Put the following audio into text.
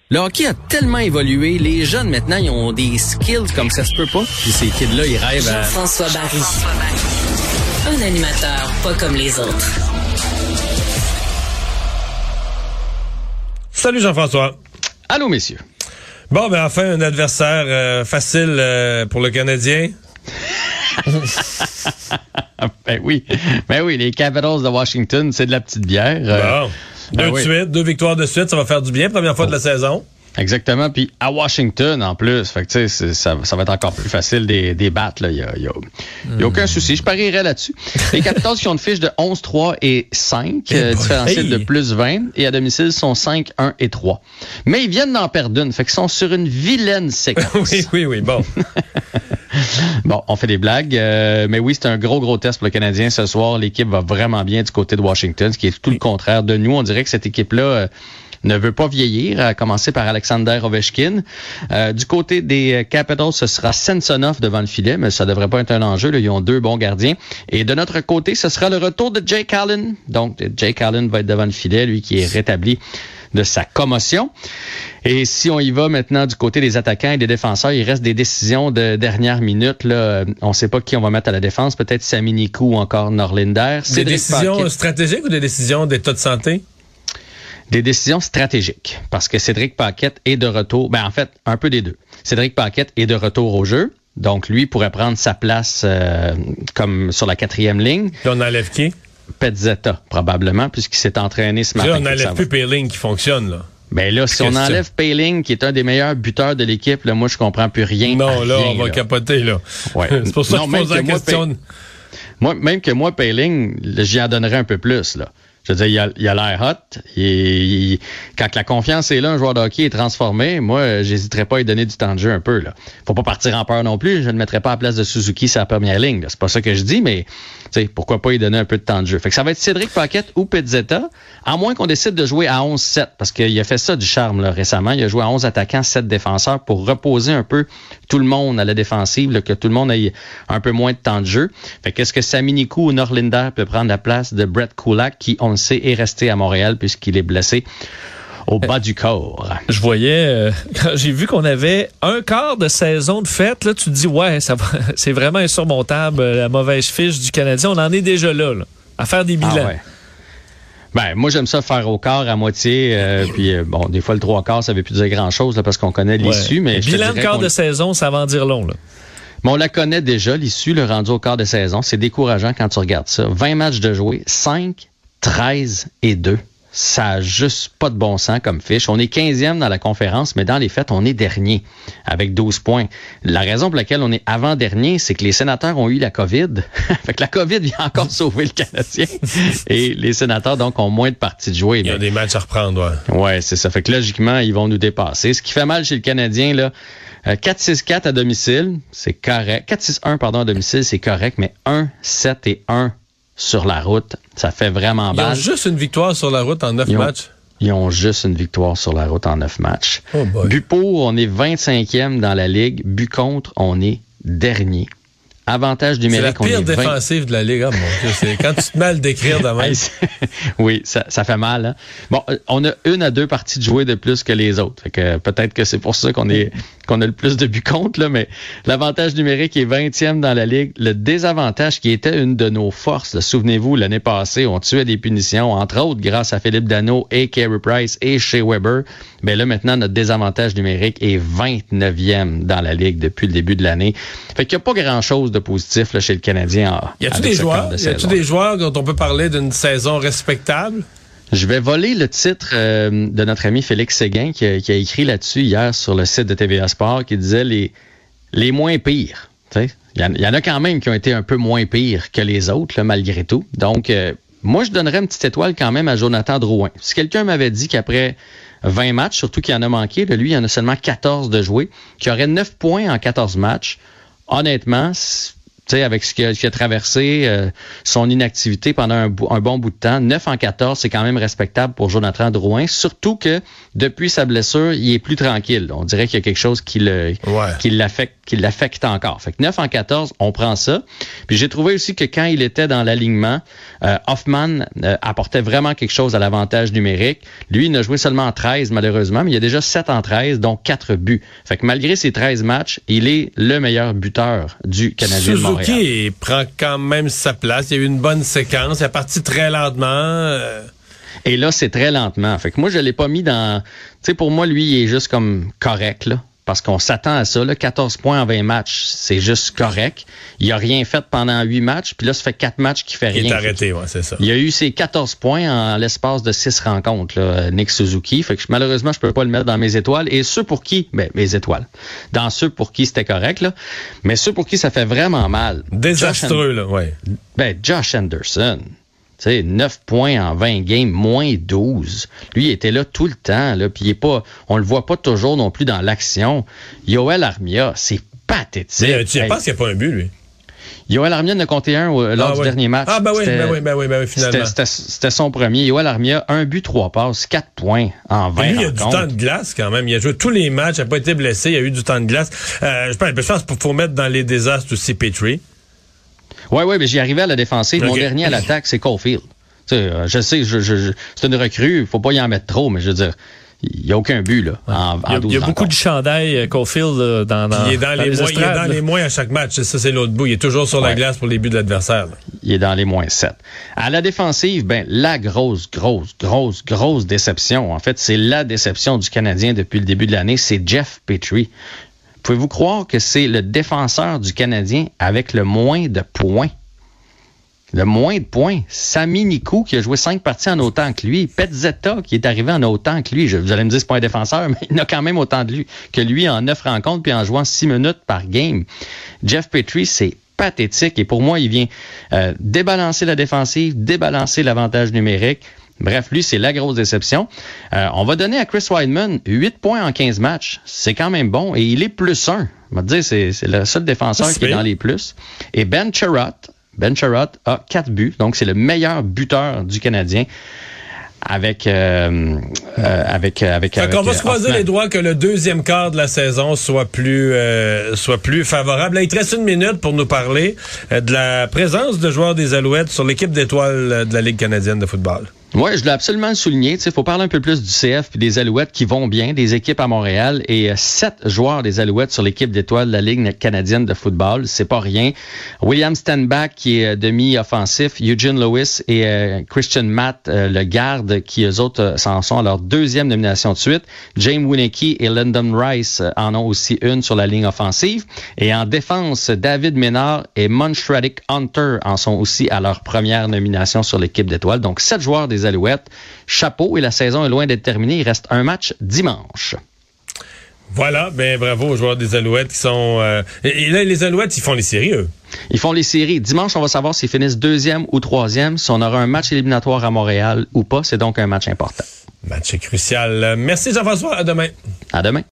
Le hockey a tellement évolué, les jeunes maintenant, ils ont des skills comme ça se peut pas. Puis ces kids-là, ils rêvent à... Jean-François Barry. Un animateur pas comme les autres. Salut Jean-François. Allô, messieurs. Bon, ben enfin, un adversaire facile pour le Canadien. Ben oui, les Capitals de Washington, c'est de la petite bière. Bon, deux victoires de suite, ça va faire du bien, première fois de la saison. Exactement, puis à Washington en plus, fait que tu sais, ça va être encore plus facile des battes là. Il y a aucun souci, je parierais là-dessus. Les Capitals qui ont une fiche de 11-3 et 5, différentiel de plus 20, et à domicile sont 5-1-3. Mais ils viennent d'en perdre une, fait qu'ils sont sur une vilaine séquence. oui, bon. Bon, on fait des blagues, mais oui, c'est un gros test pour le Canadien ce soir. L'équipe va vraiment bien du côté de Washington, ce qui est tout le contraire de nous. On dirait que cette équipe-là ne veut pas vieillir, à commencer par Alexander Ovechkin. Du côté des Capitals, ce sera Samsonov devant le filet, mais ça devrait pas être un enjeu. Là. Ils ont deux bons gardiens. Et de notre côté, ce sera le retour de Jake Allen. Donc, Jake Allen va être devant le filet, lui qui est rétabli de sa commotion. Et si on y va maintenant du côté des attaquants et des défenseurs, il reste des décisions de dernière minute. Là. On ne sait pas qui on va mettre à la défense. Peut-être Sami Nikou ou encore Norlinder. Des décisions stratégiques ou des décisions d'état de santé? Des décisions stratégiques. Parce que Cédric Paquette est de retour. Ben, en fait, un peu des deux. Cédric Paquette est de retour au jeu. Donc, lui pourrait prendre sa place comme sur la 4e ligne. Puis on enlève qui? Pezzetta, probablement, puisqu'il s'est entraîné ce matin. On n'enlève plus Poehling qui fonctionne, là. Ben là, si on enlève Poehling, qui est un des meilleurs buteurs de l'équipe, là, moi, je comprends plus rien. Non, là, rien, on va capoter, là. Ouais. C'est pour ça que je pose la question. Même que moi, Poehling, j'y en donnerais un peu plus, là. Je veux dire, il a l'air hot. Quand la confiance est là, un joueur de hockey est transformé, moi, j'hésiterais pas à lui donner du temps de jeu un peu, là. Faut pas partir en peur non plus. Je ne mettrais pas à la place de Suzuki sur la première ligne, là. C'est pas ça que je dis, mais, tu sais, pourquoi pas lui donner un peu de temps de jeu. Fait que ça va être Cédric Paquette ou Pezzetta, à moins qu'on décide de jouer à 11-7, parce qu'il a fait ça du charme, là, récemment. Il a joué à 11 attaquants, 7 défenseurs pour reposer un peu tout le monde à la défensive, là, que tout le monde ait un peu moins de temps de jeu. Fait qu'est-ce que Sami Nikou ou Norlinder peut prendre la place de Brett Kulak, qui, on le sait, est resté à Montréal puisqu'il est blessé au bas du corps. Je voyais, quand j'ai vu qu'on avait un quart de saison de fête, là, tu te dis, ouais, ça va, c'est vraiment insurmontable, la mauvaise fiche du Canadien. On en est déjà là, à faire des bilans. Ah ouais. Ben, moi, j'aime ça faire au quart, à moitié, puis bon, des fois, le 3/4, ça veut plus dire grand-chose, là, parce qu'on connaît l'issue, mais bilan de quart de saison, ça va en dire long, là. Mais on la connaît déjà, l'issue, le rendu au quart de saison. C'est décourageant quand tu regardes ça. 20 matchs de jouer, 5, 13 et 2. Ça a juste pas de bon sens comme fiche. On est 15e dans la conférence, mais dans les faits, on est dernier avec 12 points. La raison pour laquelle on est avant-dernier, c'est que les Sénateurs ont eu la COVID. Fait que la COVID vient encore sauver le Canadien. Et les Sénateurs, donc, ont moins de parties de jouer. Il y a des matchs à reprendre, ouais. Ouais, c'est ça. Fait que logiquement, ils vont nous dépasser. Ce qui fait mal chez le Canadien, là, 4-6-4 à domicile, c'est correct. 4-6-1, pardon, à domicile, c'est correct, mais 1-7 et 1 sur la route, ça fait vraiment mal. Ils ont juste une victoire sur la route en 9 matchs? Ils ont juste une victoire sur la route en 9 matchs. Oh boy. But pour, on est 25e dans la Ligue. But contre, on est dernier. Avantage numérique, on est 20. C'est la pire défensive de la Ligue. Ah, mon Dieu, c'est quand tu te mets à le décrire de même. Oui, ça fait mal. Hein? Bon, on a 1 à 2 parties de jouer de plus que les autres. Fait que peut-être que c'est pour ça qu'on a le plus de buts contre, là, mais l'avantage numérique est 20e dans la Ligue. Le désavantage qui était une de nos forces, là, souvenez-vous, l'année passée, on tuait des punitions, entre autres grâce à Philippe Danault et Carey Price et Shea Weber. Mais là, maintenant, notre désavantage numérique est 29e dans la Ligue depuis le début de l'année. Fait qu'il n'y a pas grand-chose de positif là, chez le Canadien. Y a-tu des joueurs dont on peut parler d'une saison respectable? Je vais voler le titre de notre ami Félix Séguin qui a écrit là-dessus hier sur le site de TVA Sport qui disait les moins pires. Il y en a quand même qui ont été un peu moins pires que les autres, là, malgré tout. Donc, moi, je donnerais une petite étoile quand même à Jonathan Drouin. Si quelqu'un m'avait dit qu'après 20 matchs, surtout qu'il en a manqué, là, lui, il en a seulement 14 de jouer, qu'il aurait 9 points en 14 matchs, honnêtement, tu sais, avec ce qu'il a traversé, son inactivité pendant un bon bout de temps, 9 en 14, c'est quand même respectable pour Jonathan Drouin. Surtout que, depuis sa blessure, il est plus tranquille. On dirait qu'il y a quelque chose qui l'affecte qui l'affecte encore. Fait que 9 en 14, on prend ça. Puis j'ai trouvé aussi que quand il était dans l'alignement, Hoffman apportait vraiment quelque chose à l'avantage numérique. Lui, il n'a joué seulement en 13, malheureusement, mais il y a déjà 7 en 13, dont 4 buts. Fait que malgré ses 13 matchs, il est le meilleur buteur du Canadien de Montréal. Suzuki prend quand même sa place. Il y a eu une bonne séquence. Il est parti très lentement. Et là, c'est très lentement. Fait que moi, je l'ai pas mis dans... Tu sais, pour moi, lui, il est juste comme correct, là. Parce qu'on s'attend à ça, là. 14 points en 20 matchs, c'est juste correct. Il a rien fait pendant 8 matchs, puis là, ça fait 4 matchs qu'il fait rien. Il est arrêté, ouais, c'est ça. Il a eu ses 14 points en l'espace de 6 rencontres, là, Nick Suzuki. Fait que malheureusement, je peux pas le mettre dans mes étoiles. Et ceux pour qui... mes étoiles. Dans ceux pour qui c'était correct, là. Mais ceux pour qui ça fait vraiment mal. Désastreux, là, ouais. Josh Anderson. Tu sais, 9 points en 20 games, moins 12. Lui, il était là tout le temps, là, puis il est pas, on le voit pas toujours non plus dans l'action. Yoel Armia, c'est pathétique. Mais tu penses qu'il n'y a pas un but, lui? Yoel Armia en a compté un lors du dernier match. Ah, ben oui, finalement. C'était son premier. Yoel Armia, 1 but, 3 passes, 4 points en 20 lui, il a rencontres. du temps de glace quand même. Il a joué tous les matchs, il n'a pas été blessé, il a eu du temps de glace. Je pense qu'il faut mettre dans les désastres aussi Petrie. Oui, mais j'y arrivais à la défensive. Okay. Mon dernier à l'attaque, c'est Caulfield. Tu sais, je sais, c'est une recrue, il faut pas y en mettre trop, mais je veux dire, il n'y a aucun but, là, en 12 Il y a beaucoup de chandails, Caulfield, dans il est dans les moins à chaque match. Ça, c'est l'autre bout. Il est toujours sur la glace pour les buts de l'adversaire. Là. Il est dans les moins 7. À la défensive, la grosse déception. En fait, c'est la déception du Canadien depuis le début de l'année, c'est Jeff Petrie. Pouvez-vous croire que c'est le défenseur du Canadien avec le moins de points? Le moins de points. Sami Nikou, qui a joué 5 parties en autant que lui. Petzetta, qui est arrivé en autant que lui. Vous allez me dire, c'est pas un défenseur, mais il a quand même autant de lui que lui en 9 rencontres, puis en jouant 6 minutes par game. Jeff Petrie, c'est pathétique. Et pour moi, il vient débalancer la défensive, débalancer l'avantage numérique. Bref, lui, c'est la grosse déception. On va donner à Chris Wideman 8 points en 15 matchs. C'est quand même bon. Et il est plus 1. On va te dire, c'est le seul défenseur qui est dans les plus. Et Ben Chirot a 4 buts. Donc, c'est le meilleur buteur du Canadien. On va se croiser les doigts que le deuxième quart de la saison soit plus favorable. Là, il te reste 1 minute pour nous parler de la présence de joueurs des Alouettes sur l'équipe d'étoiles de la Ligue canadienne de football. Oui, je l'ai absolument souligné. Il faut parler un peu plus du CF et des Alouettes qui vont bien, des équipes à Montréal. Et 7 joueurs des Alouettes sur l'équipe d'étoiles de la Ligue canadienne de football. C'est pas rien. William Stenbach, qui est demi-offensif. Eugene Lewis et Christian Matt, le garde, qui eux autres s'en sont à leur 2e nomination de suite. James Winicky et Lyndon Rice en ont aussi une sur la ligne offensive. Et en défense, David Ménard et Monstradic Hunter en sont aussi à leur première nomination sur l'équipe d'étoiles. Donc, 7 joueurs des Alouettes. Chapeau, et la saison est loin d'être terminée. Il reste un match dimanche. Voilà, bravo aux joueurs des Alouettes qui sont... Et là, les Alouettes, ils font les séries, eux. Ils font les séries. Dimanche, on va savoir s'ils finissent 2e ou 3e, si on aura un match éliminatoire à Montréal ou pas. C'est donc un match important. Match crucial. Merci Jean-François. À demain. À demain.